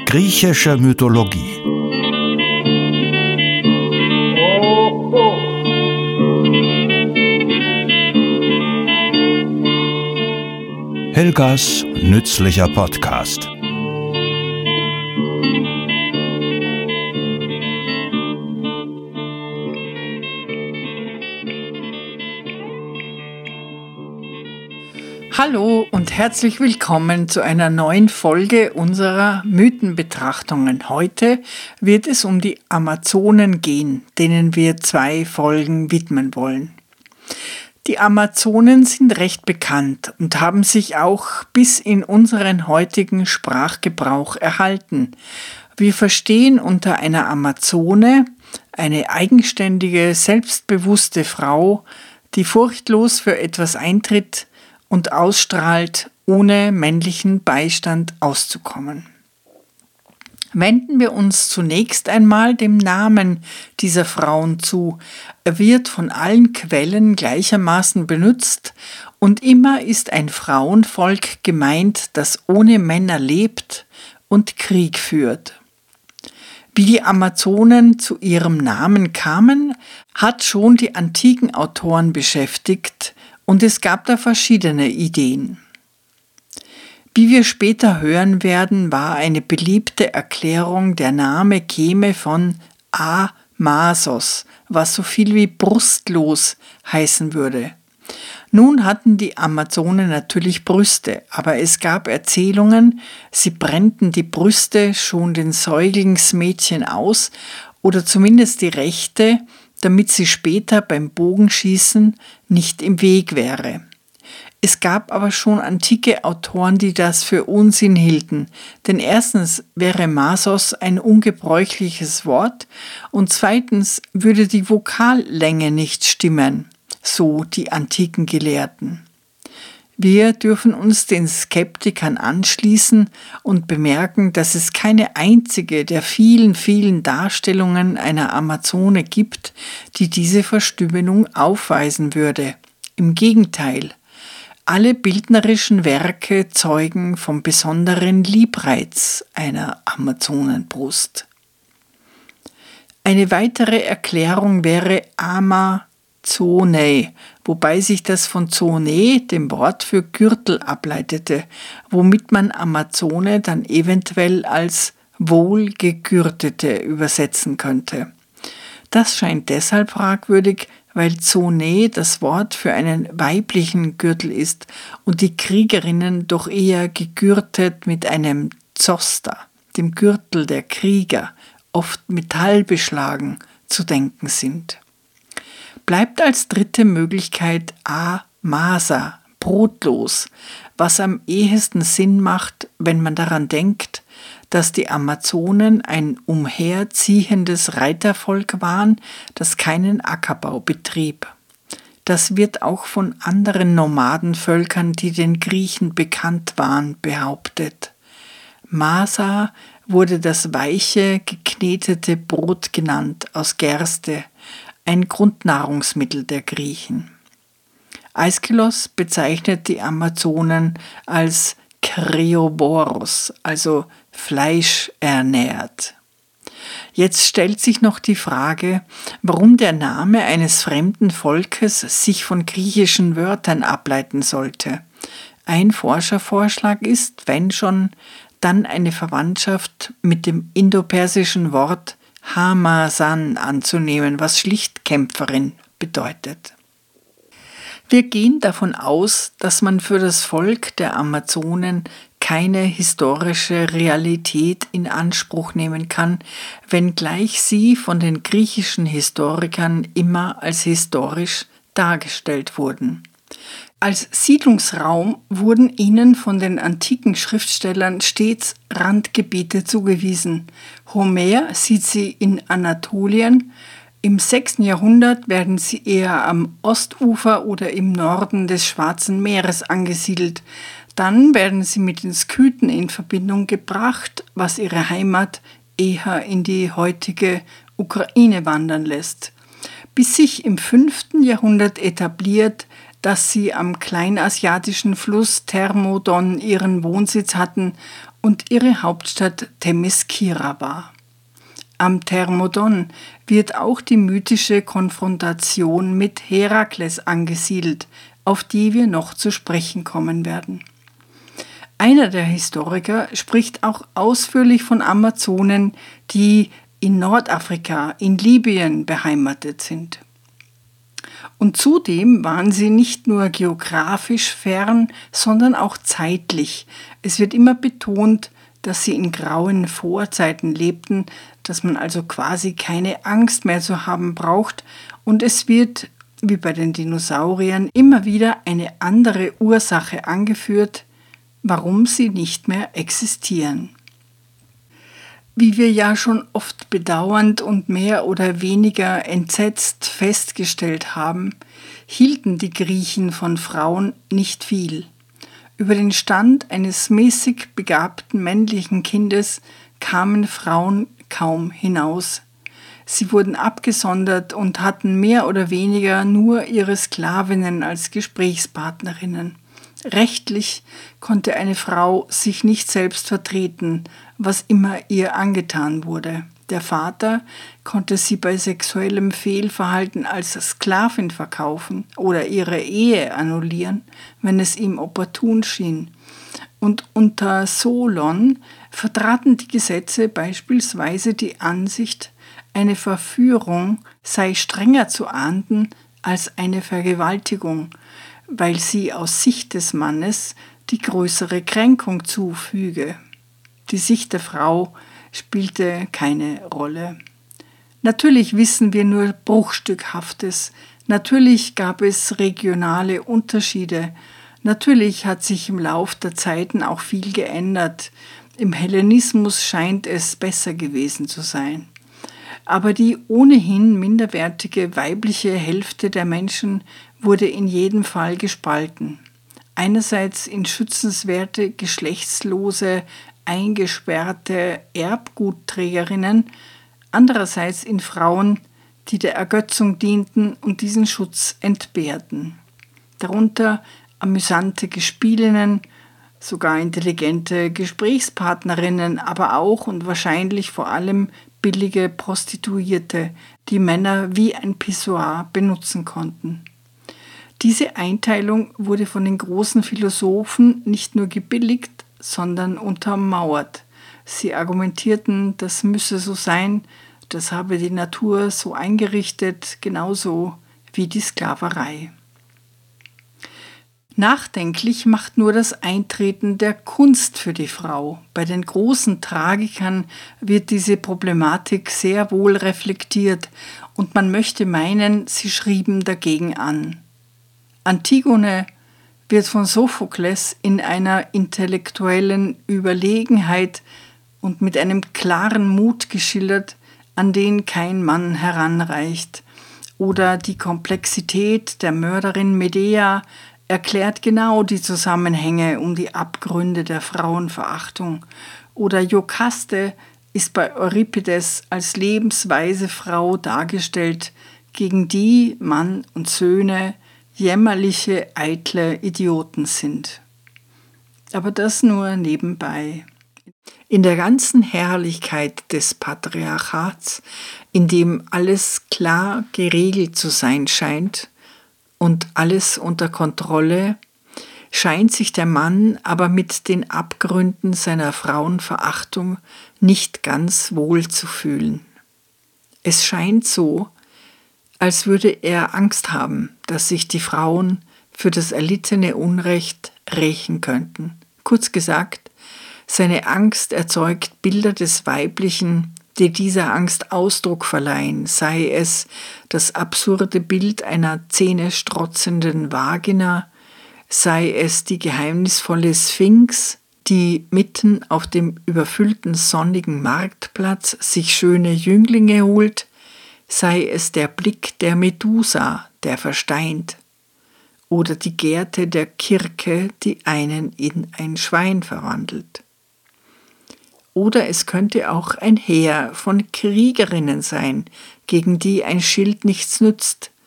Griechische Mythologie. Helgas nützlicher Podcast. Hallo und herzlich willkommen zu einer neuen Folge unserer Mythenbetrachtungen. Heute wird es um die Amazonen gehen, denen wir 2 Folgen widmen wollen. Die Amazonen sind recht bekannt und haben sich auch bis in unseren heutigen Sprachgebrauch erhalten. Wir verstehen unter einer Amazone eine eigenständige, selbstbewusste Frau, die furchtlos für etwas eintritt und ausstrahlt, ohne männlichen Beistand auszukommen. Wenden wir uns zunächst einmal dem Namen dieser Frauen zu. Er wird von allen Quellen gleichermaßen benutzt und immer ist ein Frauenvolk gemeint, das ohne Männer lebt und Krieg führt. Wie die Amazonen zu ihrem Namen kamen, hat schon die antiken Autoren beschäftigt, und es gab da verschiedene Ideen. Wie wir später hören werden, war eine beliebte Erklärung, der Name käme von Amasos, was so viel wie brustlos heißen würde. Nun hatten die Amazonen natürlich Brüste, aber es gab Erzählungen, sie brennten die Brüste schon den Säuglingsmädchen aus oder zumindest die rechte, damit sie später beim Bogenschießen nicht im Weg wäre. Es gab aber schon antike Autoren, die das für Unsinn hielten, denn erstens wäre Masos ein ungebräuchliches Wort und zweitens würde die Vokallänge nicht stimmen, so die antiken Gelehrten. Wir dürfen uns den Skeptikern anschließen und bemerken, dass es keine einzige der vielen, vielen Darstellungen einer Amazone gibt, die diese Verstümmelung aufweisen würde. Im Gegenteil, alle bildnerischen Werke zeugen vom besonderen Liebreiz einer Amazonenbrust. Eine weitere Erklärung wäre Amazone, wobei sich das von Zone, dem Wort für Gürtel, ableitete, womit man Amazone dann eventuell als Wohlgegürtete übersetzen könnte. Das scheint deshalb fragwürdig, weil Zone das Wort für einen weiblichen Gürtel ist und die Kriegerinnen doch eher gegürtet mit einem Zoster, dem Gürtel der Krieger, oft metallbeschlagen, zu denken sind. Bleibt als dritte Möglichkeit Amasa, brotlos, was am ehesten Sinn macht, wenn man daran denkt, dass die Amazonen ein umherziehendes Reitervolk waren, das keinen Ackerbau betrieb. Das wird auch von anderen Nomadenvölkern, die den Griechen bekannt waren, behauptet. Masa wurde das weiche, geknetete Brot genannt aus Gerste, ein Grundnahrungsmittel der Griechen. Aeschylus bezeichnet die Amazonen als Krioboros, also fleischernährt. Jetzt stellt sich noch die Frage, warum der Name eines fremden Volkes sich von griechischen Wörtern ableiten sollte. Ein Forschervorschlag ist, wenn schon, dann eine Verwandtschaft mit dem indopersischen Wort Hamasan anzunehmen, was schlicht Kämpferin bedeutet. Wir gehen davon aus, dass man für das Volk der Amazonen keine historische Realität in Anspruch nehmen kann, wenngleich sie von den griechischen Historikern immer als historisch dargestellt wurden. Als Siedlungsraum wurden ihnen von den antiken Schriftstellern stets Randgebiete zugewiesen. Homer sieht sie in Anatolien. Im 6. Jahrhundert werden sie eher am Ostufer oder im Norden des Schwarzen Meeres angesiedelt. Dann werden sie mit den Skythen in Verbindung gebracht, was ihre Heimat eher in die heutige Ukraine wandern lässt. Bis sich im 5. Jahrhundert etabliert, dass sie am kleinasiatischen Fluss Thermodon ihren Wohnsitz hatten und ihre Hauptstadt Themyscira war. Am Thermodon wird auch die mythische Konfrontation mit Herakles angesiedelt, auf die wir noch zu sprechen kommen werden. Einer der Historiker spricht auch ausführlich von Amazonen, die in Nordafrika, in Libyen beheimatet sind. Und zudem waren sie nicht nur geografisch fern, sondern auch zeitlich. Es wird immer betont, dass sie in grauen Vorzeiten lebten, dass man also quasi keine Angst mehr zu haben braucht. Und es wird, wie bei den Dinosauriern, immer wieder eine andere Ursache angeführt, warum sie nicht mehr existieren. Wie wir ja schon oft bedauernd und mehr oder weniger entsetzt festgestellt haben, hielten die Griechen von Frauen nicht viel. Über den Stand eines mäßig begabten männlichen Kindes kamen Frauen kaum hinaus. Sie wurden abgesondert und hatten mehr oder weniger nur ihre Sklavinnen als Gesprächspartnerinnen. Rechtlich konnte eine Frau sich nicht selbst vertreten, was immer ihr angetan wurde. Der Vater konnte sie bei sexuellem Fehlverhalten als Sklavin verkaufen oder ihre Ehe annullieren, wenn es ihm opportun schien. Und unter Solon vertraten die Gesetze beispielsweise die Ansicht, eine Verführung sei strenger zu ahnden als eine Vergewaltigung, weil sie aus Sicht des Mannes die größere Kränkung zufüge. Die Sicht der Frau spielte keine Rolle. Natürlich wissen wir nur Bruchstückhaftes. Natürlich gab es regionale Unterschiede. Natürlich hat sich im Lauf der Zeiten auch viel geändert. Im Hellenismus scheint es besser gewesen zu sein. Aber die ohnehin minderwertige weibliche Hälfte der Menschen wurde in jedem Fall gespalten. Einerseits in schützenswerte, geschlechtslose, eingesperrte Erbgutträgerinnen, andererseits in Frauen, die der Ergötzung dienten und diesen Schutz entbehrten. Darunter amüsante Gespielinnen, sogar intelligente Gesprächspartnerinnen, aber auch und wahrscheinlich vor allem billige Prostituierte, die Männer wie ein Pissoir benutzen konnten. Diese Einteilung wurde von den großen Philosophen nicht nur gebilligt, sondern untermauert. Sie argumentierten, das müsse so sein, das habe die Natur so eingerichtet, genauso wie die Sklaverei. Nachdenklich macht nur das Eintreten der Kunst für die Frau. Bei den großen Tragikern wird diese Problematik sehr wohl reflektiert und man möchte meinen, sie schrieben dagegen an. Antigone wird von Sophokles in einer intellektuellen Überlegenheit und mit einem klaren Mut geschildert, an den kein Mann heranreicht. Oder die Komplexität der Mörderin Medea erklärt genau die Zusammenhänge um die Abgründe der Frauenverachtung. Oder Iokaste ist bei Euripides als lebensweise Frau dargestellt, gegen die Mann und Söhne jämmerliche, eitle Idioten sind. Aber das nur nebenbei. In der ganzen Herrlichkeit des Patriarchats, in dem alles klar geregelt zu sein scheint und alles unter Kontrolle, scheint sich der Mann aber mit den Abgründen seiner Frauenverachtung nicht ganz wohl zu fühlen. Es scheint so, als würde er Angst haben, dass sich die Frauen für das erlittene Unrecht rächen könnten. Kurz gesagt, seine Angst erzeugt Bilder des Weiblichen, die dieser Angst Ausdruck verleihen, sei es das absurde Bild einer zähnestrotzenden Vagina, sei es die geheimnisvolle Sphinx, die mitten auf dem überfüllten sonnigen Marktplatz sich schöne Jünglinge holt, sei es der Blick der Medusa, der versteint, oder die Gerte der Kirke, die einen in ein Schwein verwandelt. Oder es könnte auch ein Heer von Kriegerinnen sein, gegen die ein Schild nichts nützt,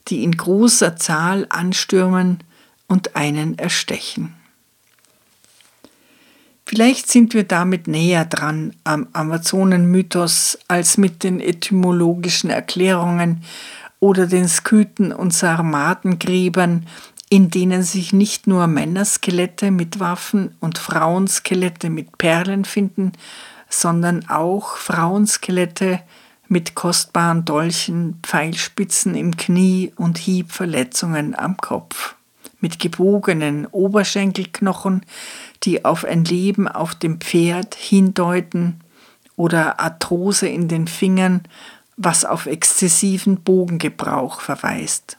die in großer Zahl anstürmen und einen erstechen. Vielleicht sind wir damit näher dran am Amazonenmythos als mit den etymologischen Erklärungen oder den Skythen- und Sarmatengräbern, in denen sich nicht nur Männerskelette mit Waffen und Frauenskelette mit Perlen finden, sondern auch Frauenskelette mit kostbaren Dolchen, Pfeilspitzen im Knie und Hiebverletzungen am Kopf, mit gebogenen Oberschenkelknochen, die auf ein Leben auf dem Pferd hindeuten, oder Arthrose in den Fingern, was auf exzessiven Bogengebrauch verweist.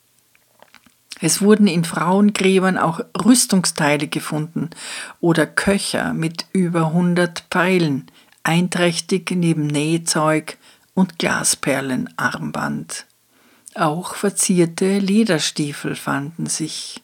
Es wurden in Frauengräbern auch Rüstungsteile gefunden oder Köcher mit über 100 Pfeilen, einträchtig neben Nähzeug und Glasperlenarmband. Auch verzierte Lederstiefel fanden sich.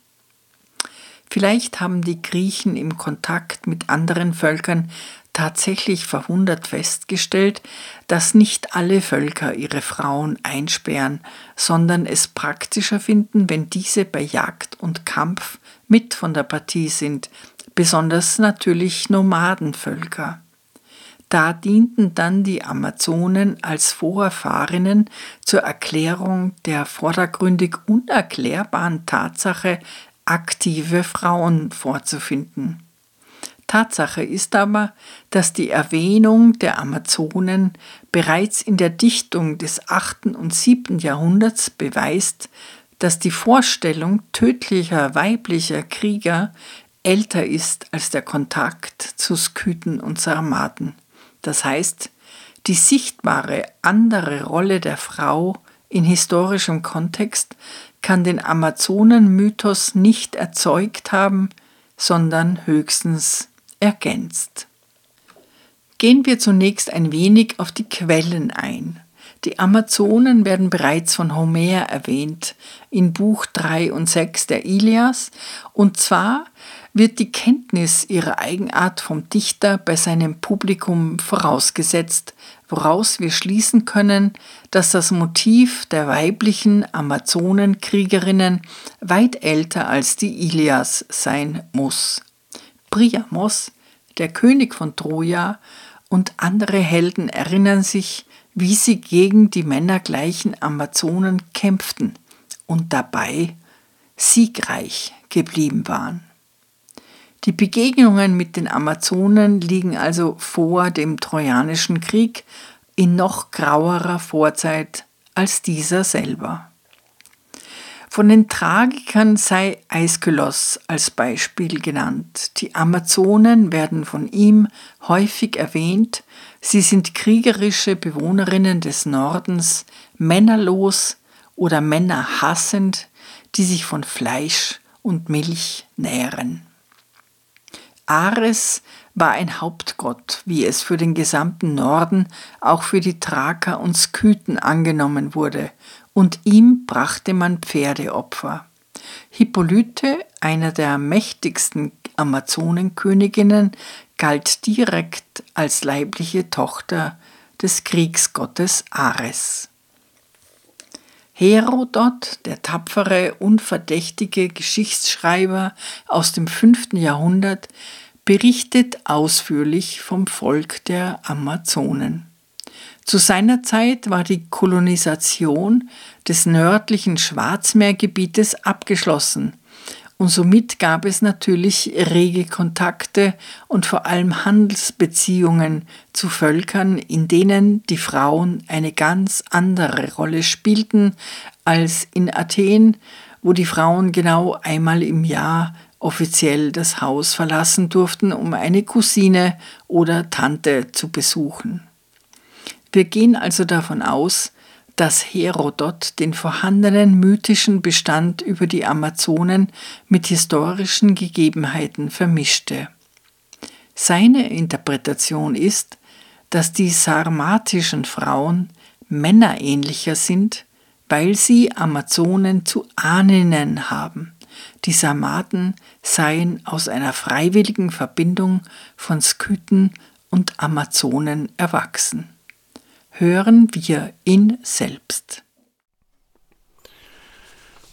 Vielleicht haben die Griechen im Kontakt mit anderen Völkern tatsächlich verwundert festgestellt, dass nicht alle Völker ihre Frauen einsperren, sondern es praktischer finden, wenn diese bei Jagd und Kampf mit von der Partie sind, besonders natürlich Nomadenvölker. Da dienten dann die Amazonen als Vorfahrerinnen zur Erklärung der vordergründig unerklärbaren Tatsache, aktive Frauen vorzufinden. Tatsache ist aber, dass die Erwähnung der Amazonen bereits in der Dichtung des 8. und 7. Jahrhunderts beweist, dass die Vorstellung tödlicher weiblicher Krieger älter ist als der Kontakt zu Skythen und Sarmaten. Das heißt, die sichtbare andere Rolle der Frau in historischem Kontext kann den Amazonenmythos nicht erzeugt haben, sondern höchstens ergänzt. Gehen wir zunächst ein wenig auf die Quellen ein. Die Amazonen werden bereits von Homer erwähnt, in Buch 3 und 6 der Ilias, und zwar wird die Kenntnis ihrer Eigenart vom Dichter bei seinem Publikum vorausgesetzt, woraus wir schließen können, dass das Motiv der weiblichen Amazonenkriegerinnen weit älter als die Ilias sein muss. Priamos, der König von Troja, und andere Helden erinnern sich, wie sie gegen die männergleichen Amazonen kämpften und dabei siegreich geblieben waren. Die Begegnungen mit den Amazonen liegen also vor dem Trojanischen Krieg in noch grauerer Vorzeit als dieser selber. Von den Tragikern sei Aeschylos als Beispiel genannt. Die Amazonen werden von ihm häufig erwähnt. Sie sind kriegerische Bewohnerinnen des Nordens, männerlos oder männerhassend, die sich von Fleisch und Milch nähren. Ares war ein Hauptgott, wie es für den gesamten Norden, auch für die Thraker und Skythen angenommen wurde, und ihm brachte man Pferdeopfer. Hippolyte, einer der mächtigsten Amazonenköniginnen, galt direkt als leibliche Tochter des Kriegsgottes Ares. Herodot, der tapfere, unverdächtige Geschichtsschreiber aus dem 5. Jahrhundert, berichtet ausführlich vom Volk der Amazonen. Zu seiner Zeit war die Kolonisation des nördlichen Schwarzmeergebietes abgeschlossen und somit gab es natürlich rege Kontakte und vor allem Handelsbeziehungen zu Völkern, in denen die Frauen eine ganz andere Rolle spielten als in Athen, wo die Frauen genau einmal im Jahr offiziell das Haus verlassen durften, um eine Cousine oder Tante zu besuchen. Wir gehen also davon aus, dass Herodot den vorhandenen mythischen Bestand über die Amazonen mit historischen Gegebenheiten vermischte. Seine Interpretation ist, dass die sarmatischen Frauen männerähnlicher sind, weil sie Amazonen zu Ahninnen haben. Die Sarmaten seien aus einer freiwilligen Verbindung von Skythen und Amazonen erwachsen. Hören wir ihn selbst.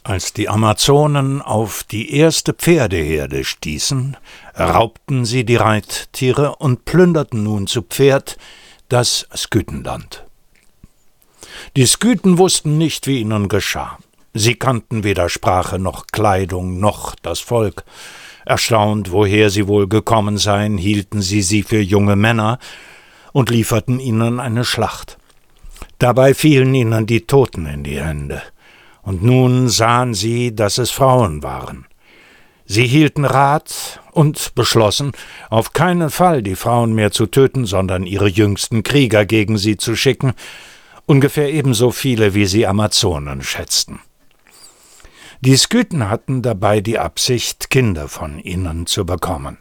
Als die Amazonen auf die erste Pferdeherde stießen, raubten sie die Reittiere und plünderten nun zu Pferd das Skythenland. Die Skythen wussten nicht, wie ihnen geschah. Sie kannten weder Sprache noch Kleidung noch das Volk. Erstaunt, woher sie wohl gekommen seien, hielten sie für junge Männer und lieferten ihnen eine Schlacht. Dabei fielen ihnen die Toten in die Hände. Und nun sahen sie, dass es Frauen waren. Sie hielten Rat und beschlossen, auf keinen Fall die Frauen mehr zu töten, sondern ihre jüngsten Krieger gegen sie zu schicken, ungefähr ebenso viele, wie sie Amazonen schätzten. Die Skythen hatten dabei die Absicht, Kinder von ihnen zu bekommen.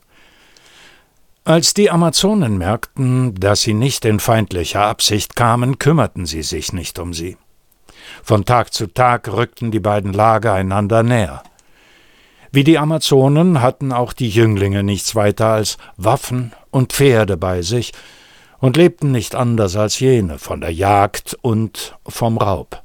Als die Amazonen merkten, dass sie nicht in feindlicher Absicht kamen, kümmerten sie sich nicht um sie. Von Tag zu Tag rückten die beiden Lager einander näher. Wie die Amazonen hatten auch die Jünglinge nichts weiter als Waffen und Pferde bei sich und lebten nicht anders als jene, von der Jagd und vom Raub.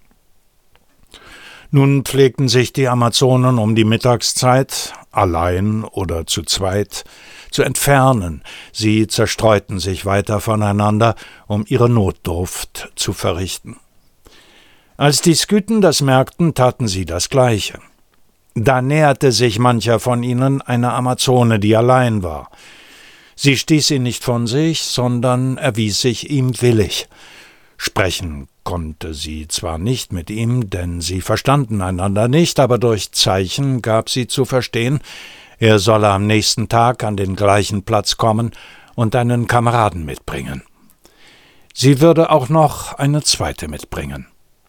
Nun pflegten sich die Amazonen um die Mittagszeit, allein oder zu zweit, zu entfernen. Sie zerstreuten sich weiter voneinander, um ihre Notdurft zu verrichten. Als die Skythen das merkten, taten sie das Gleiche. Da näherte sich mancher von ihnen einer Amazone, die allein war. Sie stieß ihn nicht von sich, sondern erwies sich ihm willig. Sprechen konnte sie zwar nicht mit ihm, denn sie verstanden einander nicht, aber durch Zeichen gab sie zu verstehen, er solle am nächsten Tag an den gleichen Platz kommen und einen Kameraden mitbringen. Sie würde auch noch eine zweite mitbringen.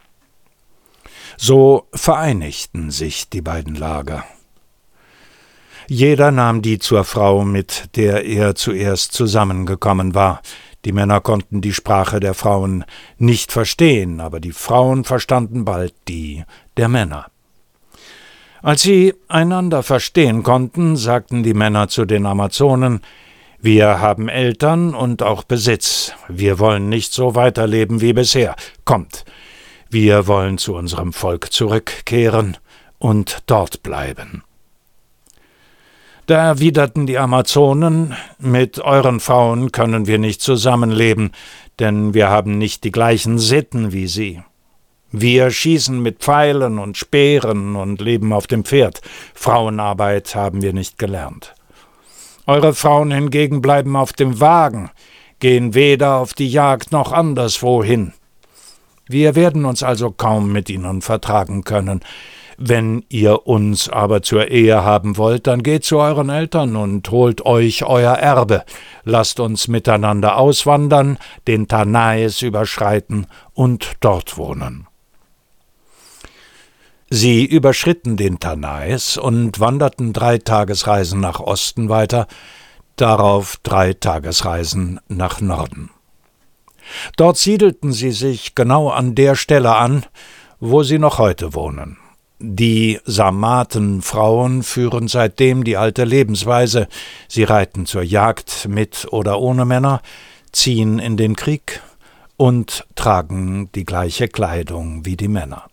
So vereinigten sich die beiden Lager. Jeder nahm die zur Frau, mit der er zuerst zusammengekommen war. Die Männer konnten die Sprache der Frauen nicht verstehen, aber die Frauen verstanden bald die der Männer. Als sie einander verstehen konnten, sagten die Männer zu den Amazonen: »Wir haben Eltern und auch Besitz. Wir wollen nicht so weiterleben wie bisher. Kommt! Wir wollen zu unserem Volk zurückkehren und dort bleiben.« Da erwiderten die Amazonen: »Mit euren Frauen können wir nicht zusammenleben, denn wir haben nicht die gleichen Sitten wie sie. Wir schießen mit Pfeilen und Speeren und leben auf dem Pferd. Frauenarbeit haben wir nicht gelernt. Eure Frauen hingegen bleiben auf dem Wagen, gehen weder auf die Jagd noch anderswo hin. Wir werden uns also kaum mit ihnen vertragen können. Wenn ihr uns aber zur Ehe haben wollt, dann geht zu euren Eltern und holt euch euer Erbe. Lasst uns miteinander auswandern, den Tanais überschreiten und dort wohnen.« Sie überschritten den Tanais und wanderten 3 Tagesreisen nach Osten weiter, darauf 3 Tagesreisen nach Norden. Dort siedelten sie sich genau an der Stelle an, wo sie noch heute wohnen. Die Sarmaten-Frauen führen seitdem die alte Lebensweise. Sie reiten zur Jagd mit oder ohne Männer, ziehen in den Krieg und tragen die gleiche Kleidung wie die Männer.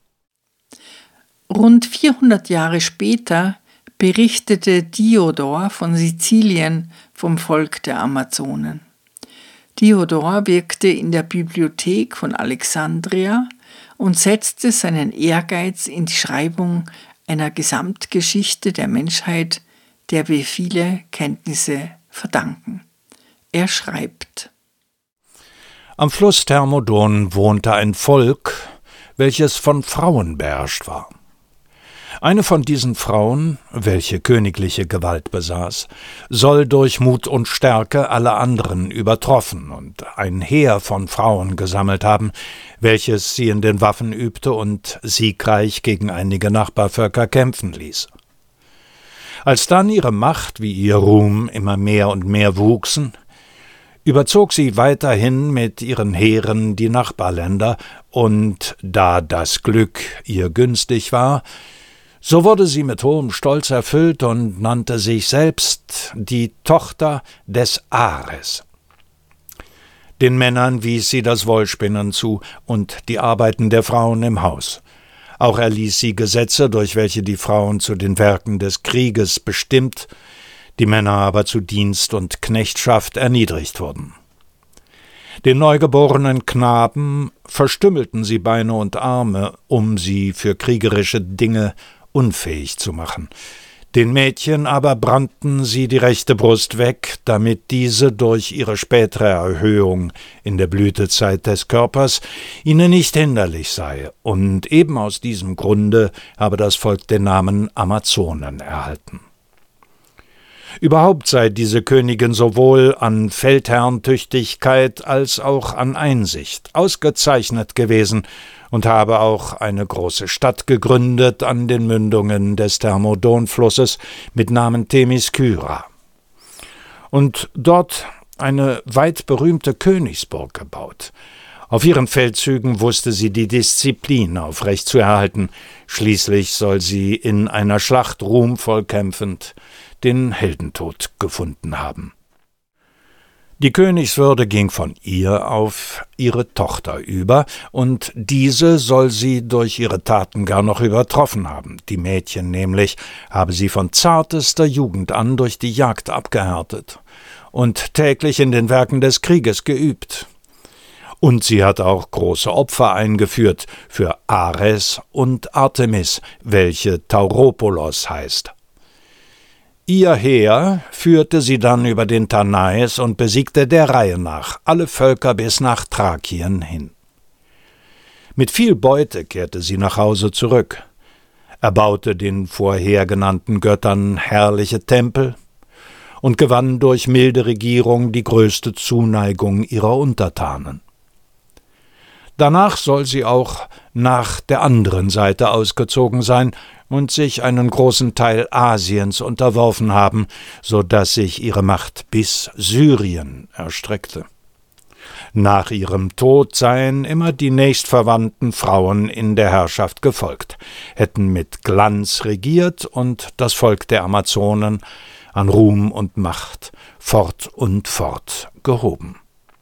Rund 400 Jahre später berichtete Diodor von Sizilien vom Volk der Amazonen. Diodor wirkte in der Bibliothek von Alexandria und setzte seinen Ehrgeiz in die Schreibung einer Gesamtgeschichte der Menschheit, der wir viele Kenntnisse verdanken. Er schreibt: Am Fluss Thermodon wohnte ein Volk, welches von Frauen beherrscht war. Eine von diesen Frauen, welche königliche Gewalt besaß, soll durch Mut und Stärke alle anderen übertroffen und ein Heer von Frauen gesammelt haben, welches sie in den Waffen übte und siegreich gegen einige Nachbarvölker kämpfen ließ. Als dann ihre Macht wie ihr Ruhm immer mehr und mehr wuchsen, überzog sie weiterhin mit ihren Heeren die Nachbarländer, und da das Glück ihr günstig war, so wurde sie mit hohem Stolz erfüllt und nannte sich selbst die Tochter des Ares. Den Männern wies sie das Wollspinnen zu und die Arbeiten der Frauen im Haus. Auch erließ sie Gesetze, durch welche die Frauen zu den Werken des Krieges bestimmt, die Männer aber zu Dienst und Knechtschaft erniedrigt wurden. Den neugeborenen Knaben verstümmelten sie Beine und Arme, um sie für kriegerische Dinge unfähig zu machen. Den Mädchen aber brannten sie die rechte Brust weg, damit diese durch ihre spätere Erhöhung in der Blütezeit des Körpers ihnen nicht hinderlich sei, und eben aus diesem Grunde habe das Volk den Namen Amazonen erhalten. Überhaupt sei diese Königin sowohl an Feldherrntüchtigkeit als auch an Einsicht ausgezeichnet gewesen und habe auch eine große Stadt gegründet an den Mündungen des Thermodonflusses mit Namen Themyskyra und dort eine weit berühmte Königsburg gebaut. Auf ihren Feldzügen wusste sie die Disziplin aufrecht zu erhalten, schließlich soll sie in einer Schlacht ruhmvoll kämpfend den Heldentod gefunden haben. Die Königswürde ging von ihr auf ihre Tochter über, und diese soll sie durch ihre Taten gar noch übertroffen haben. Die Mädchen nämlich habe sie von zartester Jugend an durch die Jagd abgehärtet und täglich in den Werken des Krieges geübt. Und sie hat auch große Opfer eingeführt für Ares und Artemis, welche Tauropolos heißt. Ihr Heer führte sie dann über den Tanais und besiegte der Reihe nach alle Völker bis nach Thrakien hin. Mit viel Beute kehrte sie nach Hause zurück, erbaute den vorher genannten Göttern herrliche Tempel und gewann durch milde Regierung die größte Zuneigung ihrer Untertanen. Danach soll sie auch nach der anderen Seite ausgezogen sein und sich einen großen Teil Asiens unterworfen haben, so dass sich ihre Macht bis Syrien erstreckte. Nach ihrem Tod seien immer die nächstverwandten Frauen in der Herrschaft gefolgt, hätten mit Glanz regiert und das Volk der Amazonen an Ruhm und Macht fort und fort gehoben.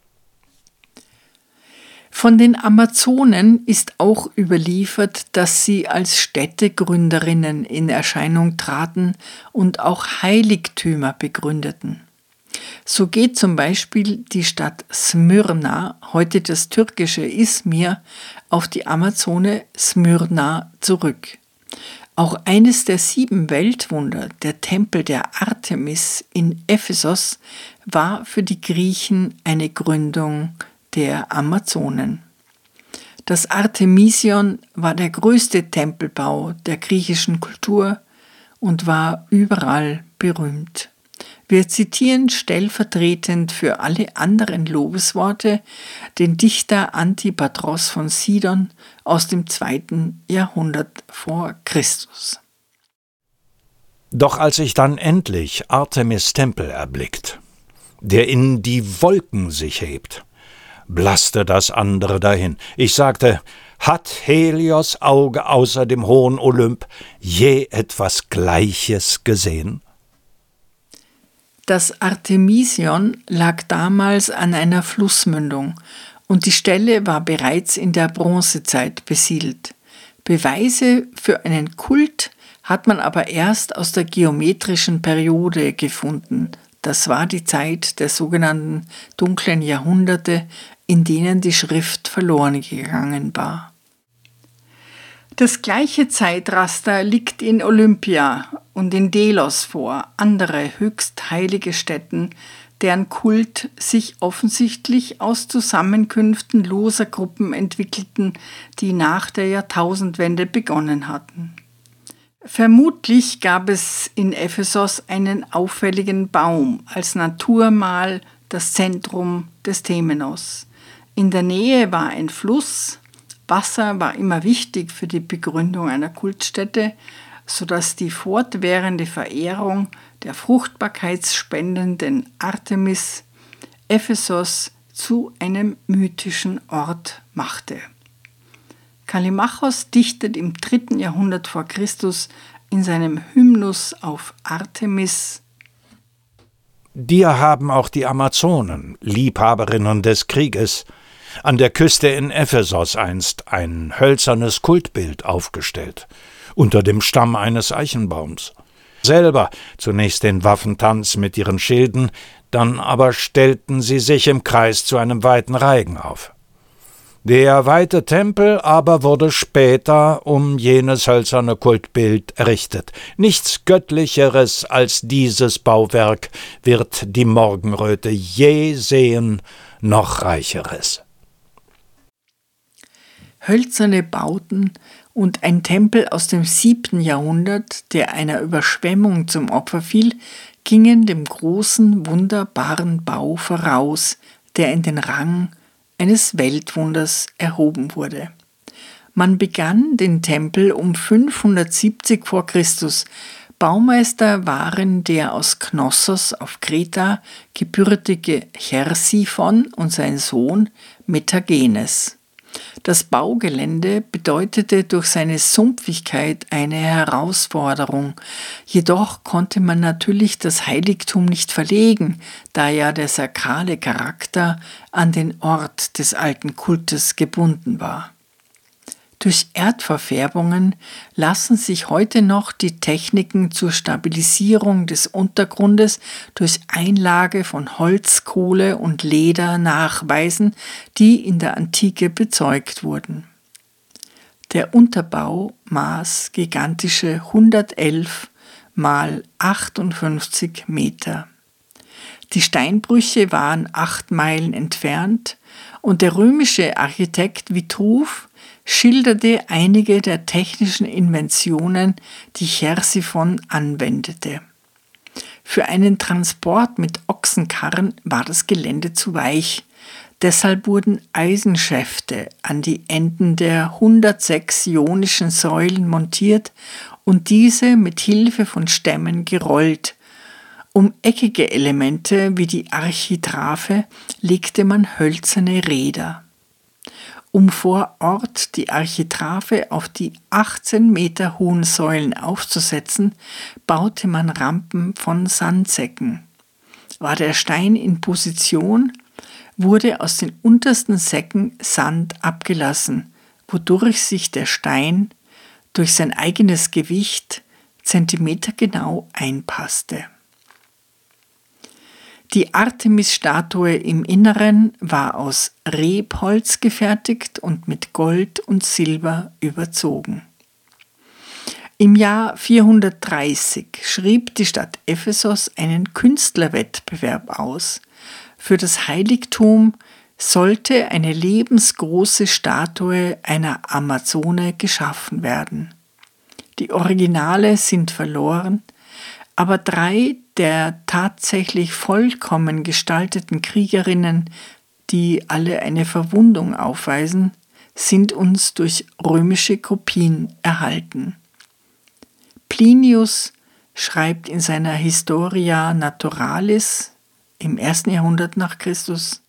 Von den Amazonen ist auch überliefert, dass sie als Städtegründerinnen in Erscheinung traten und auch Heiligtümer begründeten. So geht zum Beispiel die Stadt Smyrna, heute das türkische Izmir, auf die Amazone Smyrna zurück. Auch eines der 7 Weltwunder, der Tempel der Artemis in Ephesos, war für die Griechen eine Gründung der Amazonen. Das Artemision war der größte Tempelbau der griechischen Kultur und war überall berühmt. Wir zitieren stellvertretend für alle anderen Lobesworte den Dichter Antipatros von Sidon aus dem 2. Jahrhundert vor Christus. Doch als ich dann endlich Artemis Tempel erblickt, der in die Wolken sich hebt, blaßte das andere dahin. Ich sagte, hat Helios Auge außer dem hohen Olymp je etwas Gleiches gesehen? Das Artemision lag damals an einer Flussmündung und die Stelle war bereits in der Bronzezeit besiedelt. Beweise für einen Kult hat man aber erst aus der geometrischen Periode gefunden. Das war die Zeit der sogenannten dunklen Jahrhunderte, in denen die Schrift verloren gegangen war. Das gleiche Zeitraster liegt in Olympia und in Delos vor, andere höchst heilige Stätten, deren Kult sich offensichtlich aus Zusammenkünften loser Gruppen entwickelten, die nach der Jahrtausendwende begonnen hatten. Vermutlich gab es in Ephesos einen auffälligen Baum als Naturmal, das Zentrum des Temenos. In der Nähe war ein Fluss. Wasser war immer wichtig für die Begründung einer Kultstätte, sodass die fortwährende Verehrung der fruchtbarkeitsspendenden Artemis Ephesos zu einem mythischen Ort machte. Kallimachos dichtet im 3. Jahrhundert vor Christus in seinem Hymnus auf Artemis: Dir haben auch die Amazonen, Liebhaberinnen des Krieges, an der Küste in Ephesos einst ein hölzernes Kultbild aufgestellt, unter dem Stamm eines Eichenbaums. Selber zunächst den Waffentanz mit ihren Schilden, dann aber stellten sie sich im Kreis zu einem weiten Reigen auf. Der weite Tempel aber wurde später um jenes hölzerne Kultbild errichtet. Nichts Göttlicheres als dieses Bauwerk wird die Morgenröte je sehen, noch Reicheres. Hölzerne Bauten und ein Tempel aus dem 7. Jahrhundert, der einer Überschwemmung zum Opfer fiel, gingen dem großen, wunderbaren Bau voraus, der in den Rang eines Weltwunders erhoben wurde. Man begann den Tempel um 570 vor Christus. Baumeister waren der aus Knossos auf Kreta gebürtige Chersiphon und sein Sohn Metagenes. Das Baugelände bedeutete durch seine Sumpfigkeit eine Herausforderung. Jedoch konnte man natürlich das Heiligtum nicht verlegen, da ja der sakrale Charakter an den Ort des alten Kultes gebunden war. Durch Erdverfärbungen lassen sich heute noch die Techniken zur Stabilisierung des Untergrundes durch Einlage von Holz, Kohle und Leder nachweisen, die in der Antike bezeugt wurden. Der Unterbau maß gigantische 111 mal 58 Meter. Die Steinbrüche waren 8 Meilen entfernt und der römische Architekt Vitruv schilderte einige der technischen Inventionen, die Chersiphon anwendete. Für einen Transport mit Ochsenkarren war das Gelände zu weich. Deshalb wurden Eisenschäfte an die Enden der 106 ionischen Säulen montiert und diese mit Hilfe von Stämmen gerollt. Um eckige Elemente wie die Architrave legte man hölzerne Räder. Um vor Ort die Architrave auf die 18 Meter hohen Säulen aufzusetzen, baute man Rampen von Sandsäcken. War der Stein in Position, wurde aus den untersten Säcken Sand abgelassen, wodurch sich der Stein durch sein eigenes Gewicht zentimetergenau einpasste. Die Artemis-Statue im Inneren war aus Rebholz gefertigt und mit Gold und Silber überzogen. Im Jahr 430 schrieb die Stadt Ephesos einen Künstlerwettbewerb aus. Für das Heiligtum sollte eine lebensgroße Statue einer Amazone geschaffen werden. Die Originale sind verloren, aber 3 der tatsächlich vollkommen gestalteten Kriegerinnen, die alle eine Verwundung aufweisen, sind uns durch römische Kopien erhalten. Plinius schreibt in seiner Historia Naturalis im 1. Jahrhundert nach Christus: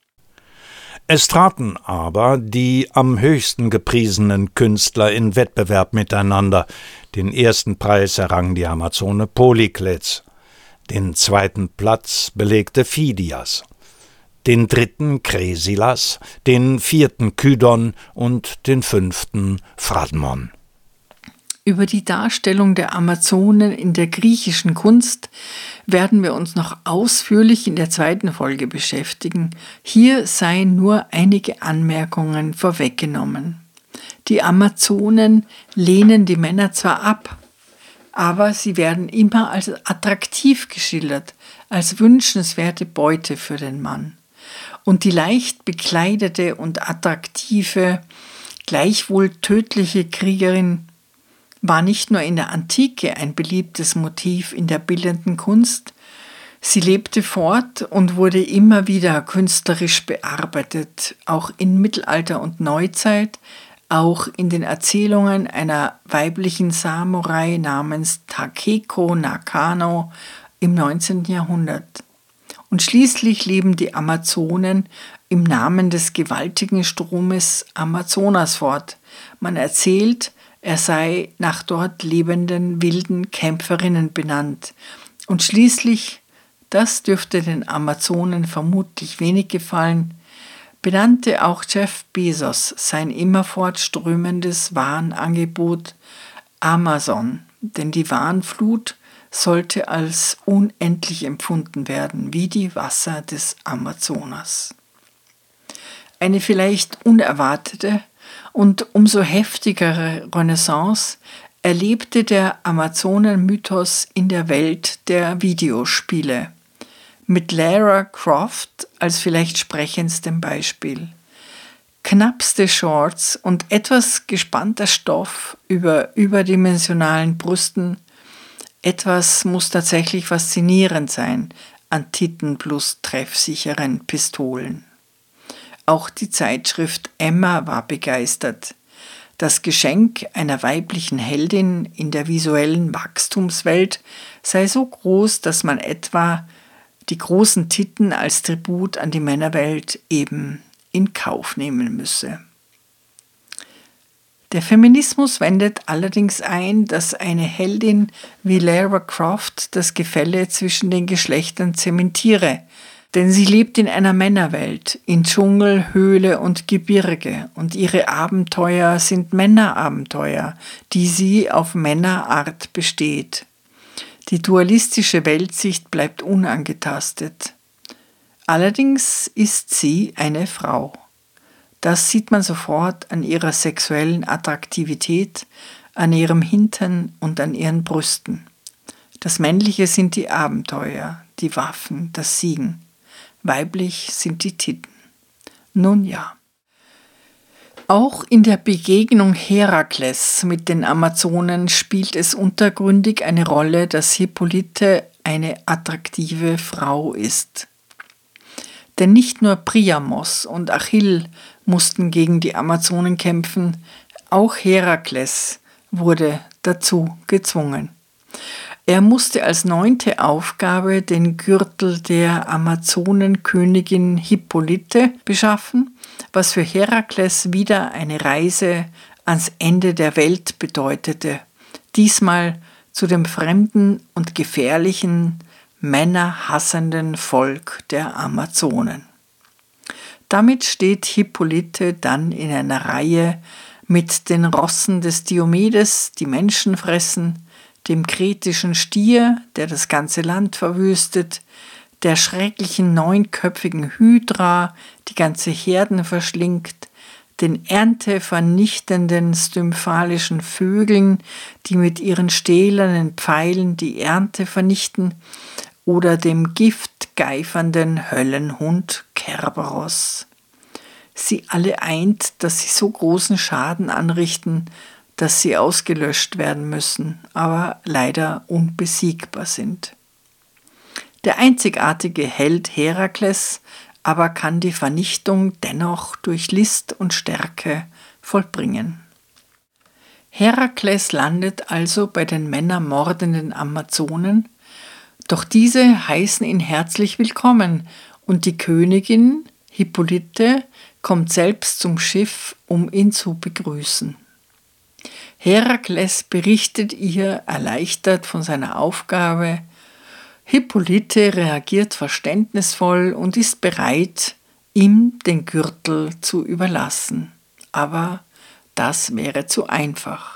Es traten aber die am höchsten gepriesenen Künstler in Wettbewerb miteinander. Den ersten Preis errang die Amazone Polykles, den zweiten Platz belegte Phidias, den dritten Kresilas, den vierten Kydon und den 5. Phradmon. Über die Darstellung der Amazonen in der griechischen Kunst werden wir uns noch ausführlich in der 2. Folge beschäftigen. Hier seien nur einige Anmerkungen vorweggenommen. Die Amazonen lehnen die Männer zwar ab, aber sie werden immer als attraktiv geschildert, als wünschenswerte Beute für den Mann. Und die leicht bekleidete und attraktive, gleichwohl tödliche Kriegerin war nicht nur in der Antike ein beliebtes Motiv in der bildenden Kunst, sie lebte fort und wurde immer wieder künstlerisch bearbeitet, auch in Mittelalter und Neuzeit, auch in den Erzählungen einer weiblichen Samurai namens Takeko Nakano im 19. Jahrhundert. Und schließlich leben die Amazonen im Namen des gewaltigen Stromes Amazonas fort. Man erzählt, er sei nach dort lebenden wilden Kämpferinnen benannt. Und schließlich, das dürfte den Amazonen vermutlich wenig gefallen, benannte auch Jeff Bezos sein immerfort strömendes Warenangebot Amazon, denn die Warenflut sollte als unendlich empfunden werden, wie die Wasser des Amazonas. Eine vielleicht unerwartete und umso heftigere Renaissance erlebte der Amazonen-Mythos in der Welt der Videospiele, mit Lara Croft als vielleicht sprechendstem Beispiel. Knappste Shorts und etwas gespannter Stoff über überdimensionalen Brüsten, etwas muss tatsächlich faszinierend sein an Titten plus treffsicheren Pistolen. Auch die Zeitschrift Emma war begeistert. Das Geschenk einer weiblichen Heldin in der visuellen Wachstumswelt sei so groß, dass man etwa die großen Titten als Tribut an die Männerwelt eben in Kauf nehmen müsse. Der Feminismus wendet allerdings ein, dass eine Heldin wie Lara Croft das Gefälle zwischen den Geschlechtern zementiere, denn sie lebt in einer Männerwelt, in Dschungel, Höhle und Gebirge, und ihre Abenteuer sind Männerabenteuer, die sie auf Männerart besteht. Die dualistische Weltsicht bleibt unangetastet. Allerdings ist sie eine Frau. Das sieht man sofort an ihrer sexuellen Attraktivität, an ihrem Hintern und an ihren Brüsten. Das Männliche sind die Abenteuer, die Waffen, das Siegen. Weiblich sind die Titten. Nun ja. Auch in der Begegnung Herakles mit den Amazonen spielt es untergründig eine Rolle, dass Hippolyte eine attraktive Frau ist. Denn nicht nur Priamos und Achill mussten gegen die Amazonen kämpfen, auch Herakles wurde dazu gezwungen. Er musste als 9. Aufgabe den Gürtel der Amazonenkönigin Hippolyte beschaffen, was für Herakles wieder eine Reise ans Ende der Welt bedeutete, diesmal zu dem fremden und gefährlichen, männerhassenden Volk der Amazonen. Damit steht Hippolyte dann in einer Reihe mit den Rossen des Diomedes, die Menschen fressen, dem kretischen Stier, der das ganze Land verwüstet, der schrecklichen 9-köpfigen Hydra, die ganze Herden verschlingt, den erntevernichtenden stymphalischen Vögeln, die mit ihren stählernen Pfeilen die Ernte vernichten, oder dem giftgeifernden Höllenhund Kerberos. Sie alle eint, dass sie so großen Schaden anrichten, dass sie ausgelöscht werden müssen, aber leider unbesiegbar sind. Der einzigartige Held Herakles aber kann die Vernichtung dennoch durch List und Stärke vollbringen. Herakles landet also bei den männermordenden Amazonen, doch diese heißen ihn herzlich willkommen und die Königin Hippolyte kommt selbst zum Schiff, um ihn zu begrüßen. Herakles berichtet ihr erleichtert von seiner Aufgabe. Hippolyte reagiert verständnisvoll und ist bereit, ihm den Gürtel zu überlassen. Aber das wäre zu einfach.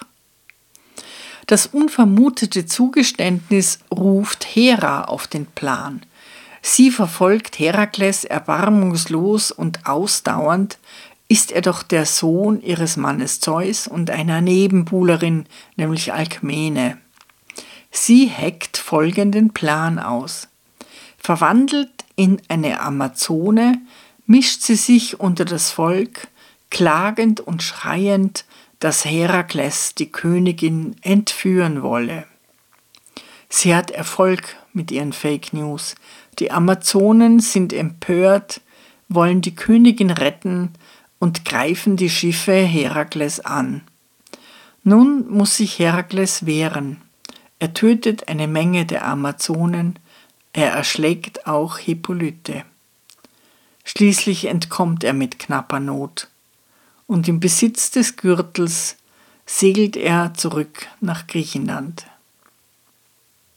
Das unvermutete Zugeständnis ruft Hera auf den Plan. Sie verfolgt Herakles erbarmungslos und ausdauernd, ist er doch der Sohn ihres Mannes Zeus und einer Nebenbuhlerin, nämlich Alkmene. Sie heckt folgenden Plan aus. Verwandelt in eine Amazone, mischt sie sich unter das Volk, klagend und schreiend, dass Herakles die Königin entführen wolle. Sie hat Erfolg mit ihren Fake News. Die Amazonen sind empört, wollen die Königin retten und greifen die Schiffe Herakles an. Nun muss sich Herakles wehren. Er tötet eine Menge der Amazonen, er erschlägt auch Hippolyte. Schließlich entkommt er mit knapper Not. Und im Besitz des Gürtels segelt er zurück nach Griechenland.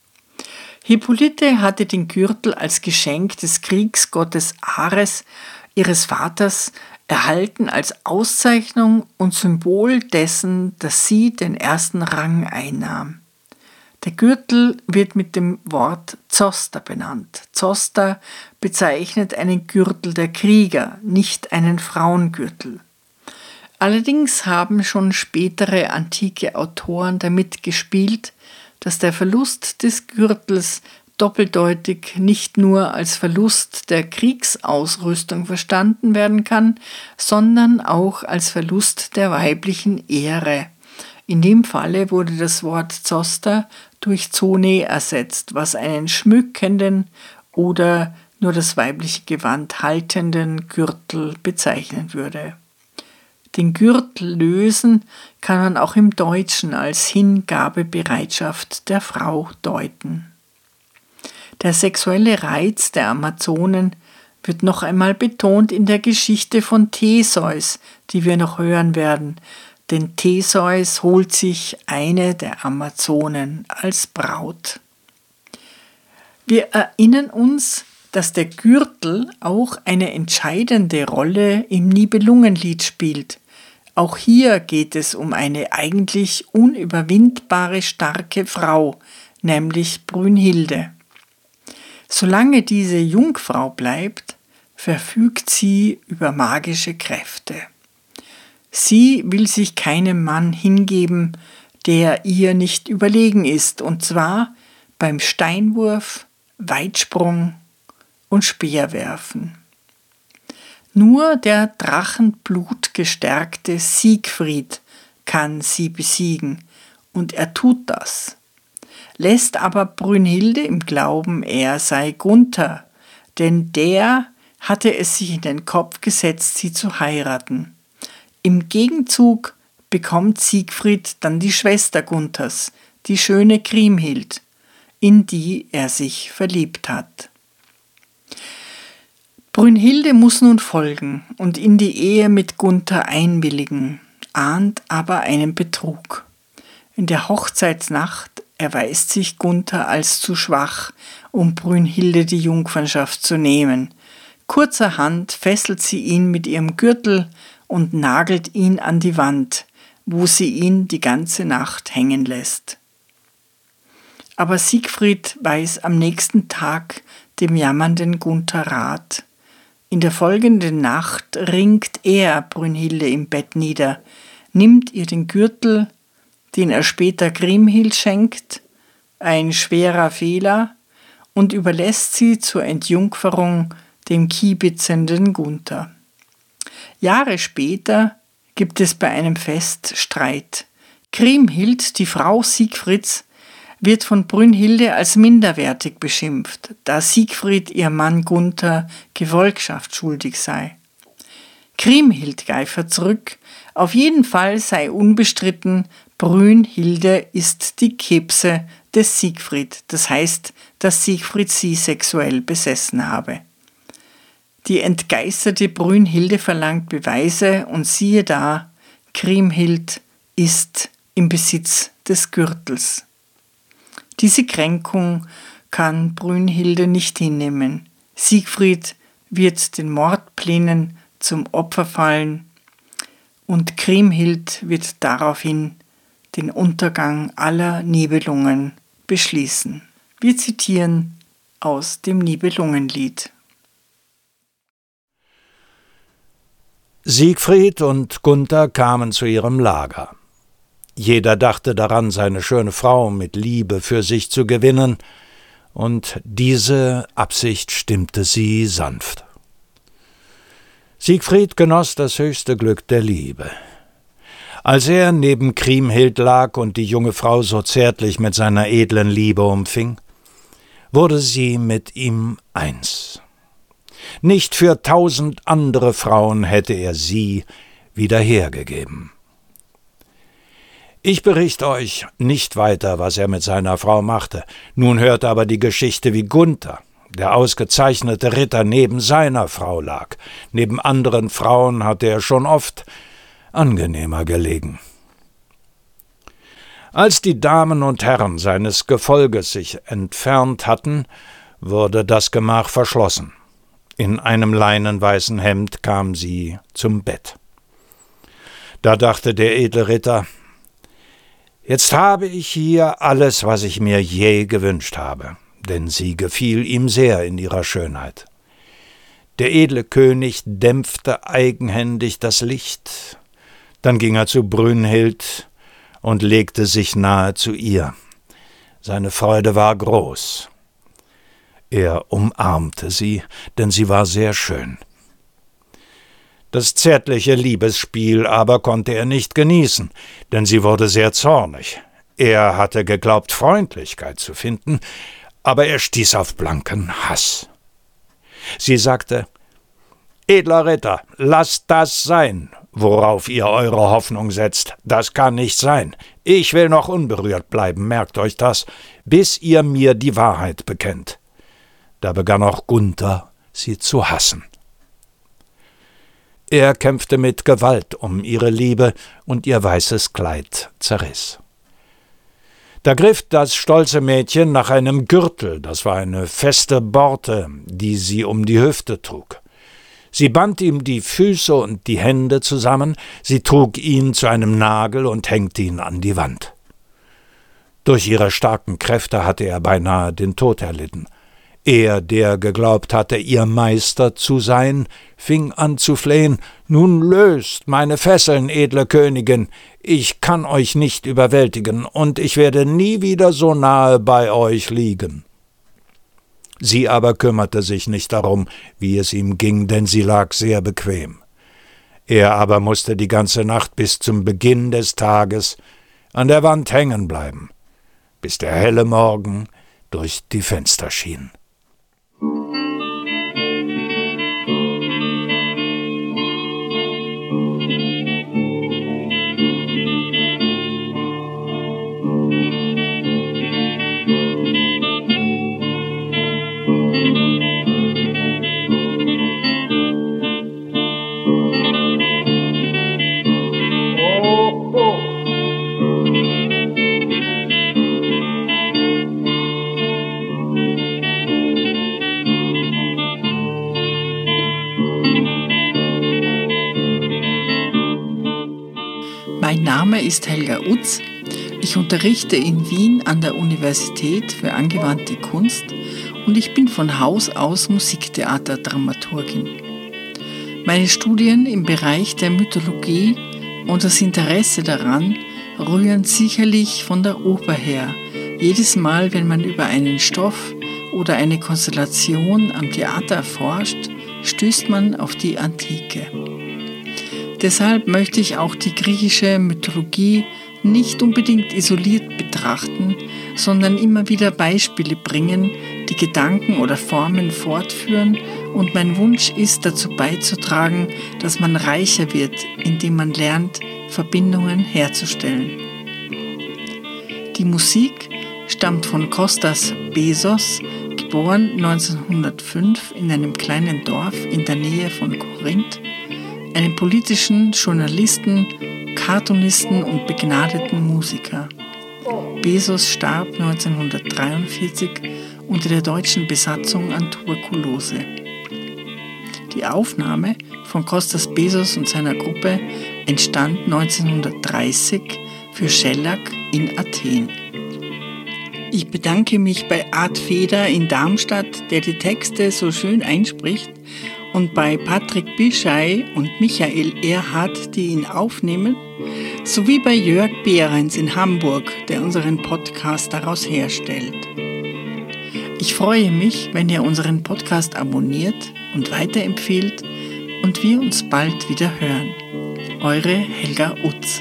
Hippolyte hatte den Gürtel als Geschenk des Kriegsgottes Ares ihres Vaters erhalten als Auszeichnung und Symbol dessen, dass sie den ersten Rang einnahm. Der Gürtel wird mit dem Wort Zoster benannt. Zoster bezeichnet einen Gürtel der Krieger, nicht einen Frauengürtel. Allerdings haben schon spätere antike Autoren damit gespielt, dass der Verlust des Gürtels doppeldeutig nicht nur als Verlust der Kriegsausrüstung verstanden werden kann, sondern auch als Verlust der weiblichen Ehre. In dem Falle wurde das Wort Zoster durch Zone ersetzt, was einen schmückenden oder nur das weibliche Gewand haltenden Gürtel bezeichnen würde. Den Gürtel lösen kann man auch im Deutschen als Hingabebereitschaft der Frau deuten. Der sexuelle Reiz der Amazonen wird noch einmal betont in der Geschichte von Theseus, die wir noch hören werden, denn Theseus holt sich eine der Amazonen als Braut. Wir erinnern uns, dass der Gürtel auch eine entscheidende Rolle im Nibelungenlied spielt. Auch hier geht es um eine eigentlich unüberwindbare starke Frau, nämlich Brünnhilde. Solange diese Jungfrau bleibt, verfügt sie über magische Kräfte. Sie will sich keinem Mann hingeben, der ihr nicht überlegen ist, und zwar beim Steinwurf, Weitsprung und Speerwerfen. Nur der drachenblutgestärkte Siegfried kann sie besiegen, und er tut das. Lässt aber Brünnhilde im Glauben, er sei Gunther, denn der hatte es sich in den Kopf gesetzt, sie zu heiraten. Im Gegenzug bekommt Siegfried dann die Schwester Gunthers, die schöne Kriemhild, in die er sich verliebt hat. Brünnhilde muss nun folgen und in die Ehe mit Gunther einwilligen, ahnt aber einen Betrug. In der Hochzeitsnacht erweist sich Gunther als zu schwach, um Brünnhilde die Jungfernschaft zu nehmen. Kurzerhand fesselt sie ihn mit ihrem Gürtel und nagelt ihn an die Wand, wo sie ihn die ganze Nacht hängen lässt. Aber Siegfried weiß am nächsten Tag dem jammernden Gunther Rat. In der folgenden Nacht ringt er Brünnhilde im Bett nieder, nimmt ihr den Gürtel, den er später Kriemhild schenkt, ein schwerer Fehler, und überlässt sie zur Entjungferung dem kiebitzenden Gunther. Jahre später gibt es bei einem Fest Streit. Kriemhild, die Frau Siegfrieds, wird von Brünnhilde als minderwertig beschimpft, da Siegfried ihr Mann Gunther Gefolgschaft schuldig sei. Kriemhild geifert zurück, auf jeden Fall sei unbestritten, Brünnhilde ist die Kebse des Siegfried, das heißt, dass Siegfried sie sexuell besessen habe. Die entgeisterte Brünnhilde verlangt Beweise und siehe da, Kriemhild ist im Besitz des Gürtels. Diese Kränkung kann Brünnhilde nicht hinnehmen. Siegfried wird den Mordplänen zum Opfer fallen und Kriemhild wird daraufhin den Untergang aller Nibelungen beschließen. Wir zitieren aus dem Nibelungenlied. Siegfried und Gunther kamen zu ihrem Lager. Jeder dachte daran, seine schöne Frau mit Liebe für sich zu gewinnen, und diese Absicht stimmte sie sanft. Siegfried genoss das höchste Glück der Liebe. Als er neben Kriemhild lag und die junge Frau so zärtlich mit seiner edlen Liebe umfing, wurde sie mit ihm eins. Nicht für 1000 andere Frauen hätte er sie wieder hergegeben. Ich berichte euch nicht weiter, was er mit seiner Frau machte. Nun hört aber die Geschichte, wie Gunther, der ausgezeichnete Ritter, neben seiner Frau lag. Neben anderen Frauen hatte er schon oft angenehmer gelegen. Als die Damen und Herren seines Gefolges sich entfernt hatten, wurde das Gemach verschlossen. In einem leinenweißen Hemd kam sie zum Bett. Da dachte der edle Ritter: Jetzt habe ich hier alles, was ich mir je gewünscht habe, denn sie gefiel ihm sehr in ihrer Schönheit. Der edle König dämpfte eigenhändig das Licht, dann ging er zu Brünnhild und legte sich nahe zu ihr. Seine Freude war groß. Er umarmte sie, denn sie war sehr schön. Das zärtliche Liebesspiel aber konnte er nicht genießen, denn sie wurde sehr zornig. Er hatte geglaubt, Freundlichkeit zu finden, aber er stieß auf blanken Hass. Sie sagte: »Edler Ritter, lasst das sein, worauf ihr eure Hoffnung setzt. Das kann nicht sein. Ich will noch unberührt bleiben, merkt euch das, bis ihr mir die Wahrheit bekennt.« Da begann auch Gunther, sie zu hassen. Er kämpfte mit Gewalt um ihre Liebe, und ihr weißes Kleid zerriss. Da griff das stolze Mädchen nach einem Gürtel, das war eine feste Borte, die sie um die Hüfte trug. Sie band ihm die Füße und die Hände zusammen, sie trug ihn zu einem Nagel und hängte ihn an die Wand. Durch ihre starken Kräfte hatte er beinahe den Tod erlitten. Er, der geglaubt hatte, ihr Meister zu sein, fing an zu flehen: »Nun löst meine Fesseln, edle Königin, ich kann euch nicht überwältigen, und ich werde nie wieder so nahe bei euch liegen.« Sie aber kümmerte sich nicht darum, wie es ihm ging, denn sie lag sehr bequem. Er aber musste die ganze Nacht bis zum Beginn des Tages an der Wand hängen bleiben, bis der helle Morgen durch die Fenster schien. Mein Name ist Helga Utz. Ich unterrichte in Wien an der Universität für angewandte Kunst und ich bin von Haus aus Musiktheaterdramaturgin. Meine Studien im Bereich der Mythologie und das Interesse daran rühren sicherlich von der Oper her. Jedes Mal, wenn man über einen Stoff oder eine Konstellation am Theater erforscht, stößt man auf die Antike. Deshalb möchte ich auch die griechische Mythologie nicht unbedingt isoliert betrachten, sondern immer wieder Beispiele bringen, die Gedanken oder Formen fortführen, und mein Wunsch ist, dazu beizutragen, dass man reicher wird, indem man lernt, Verbindungen herzustellen. Die Musik stammt von Kostas Bezos, geboren 1905 in einem kleinen Dorf in der Nähe von Korinth, einem politischen Journalisten, Cartoonisten und begnadeten Musiker. Bezos starb 1943 unter der deutschen Besatzung an Tuberkulose. Die Aufnahme von Kostas Bezos und seiner Gruppe entstand 1930 für Schellack in Athen. Ich bedanke mich bei Art Feder in Darmstadt, der die Texte so schön einspricht, und bei Patrick Bischei und Michael Erhardt, die ihn aufnehmen, sowie bei Jörg Behrens in Hamburg, der unseren Podcast daraus herstellt. Ich freue mich, wenn ihr unseren Podcast abonniert und weiterempfehlt und wir uns bald wieder hören. Eure Helga Utz.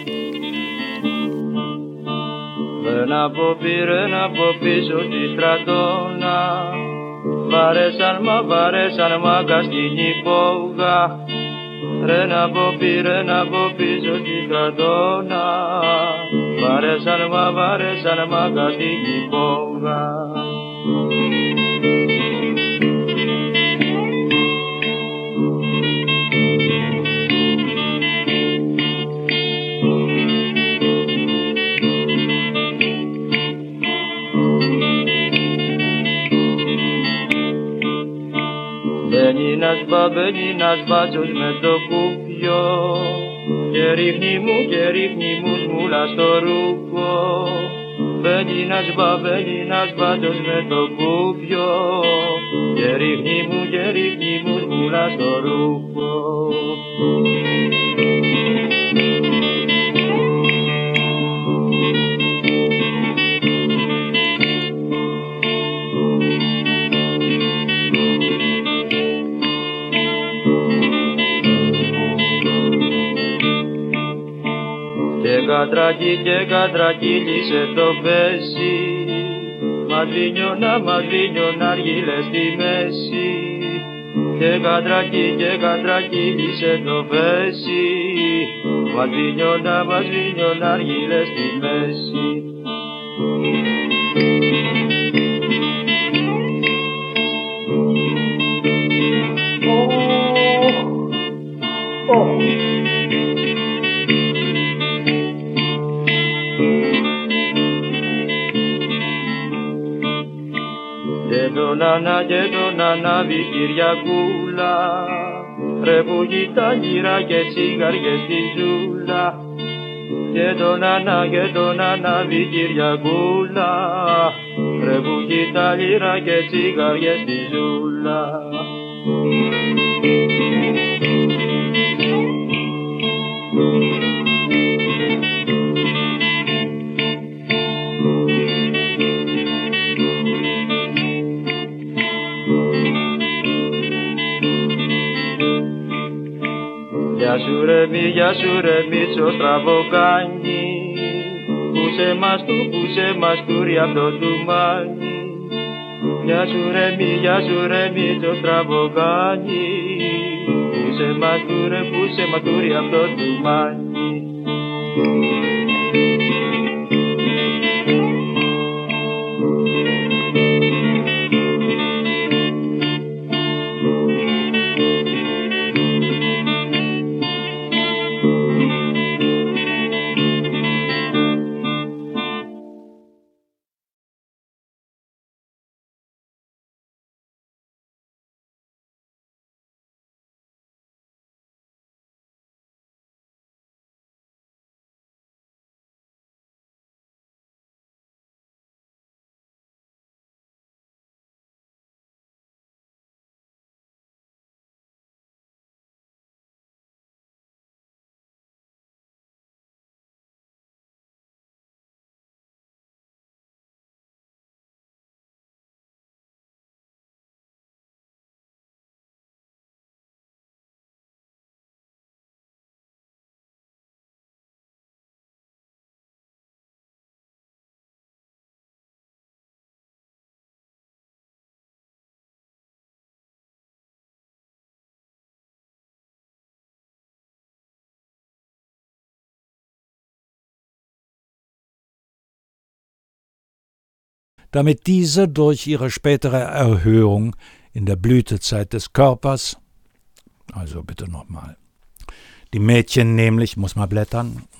Βαρέσαν μάγκα στην υπόγα. Ρε να πω πίσω στη στρατόνα. Βαρέσαν μάγκα στην υπόγα. Δεν είναι μπαμπελίνας μπάτσος με το κουπιό και ρίχνει μου σμούλα στο ρούχο. Μπελίνας μπάτσος με το κουπιό και ρίχνει μου σμούλα στο ρούχο. Και κατρακύλισε το πέσι, μαδρίνιο αργύλε στη μέση. Και κατρακύλισε το πέσι, μαδρίνιο αργύλε στη μέση. Και τον ανάβει Κυριακούλα, ρε που γητά γύρα και τσιγάριες στη ζούλα. Και τον ανάβει Κυριακούλα, ρε που γητά γύρα και τσιγάριες στη ζούλα. Γεια σου ρε Μίτσο στραβοκάνι, πούσε μας τούρι απ' το τουμάνι. Γεια σου ρε Μίτσο στραβοκάνι, πούσε μας τούρι απ' το τουμάνι. Damit diese durch ihre spätere Erhöhung in der Blütezeit des Körpers, also bitte nochmal, die Mädchen nämlich, muss mal blättern,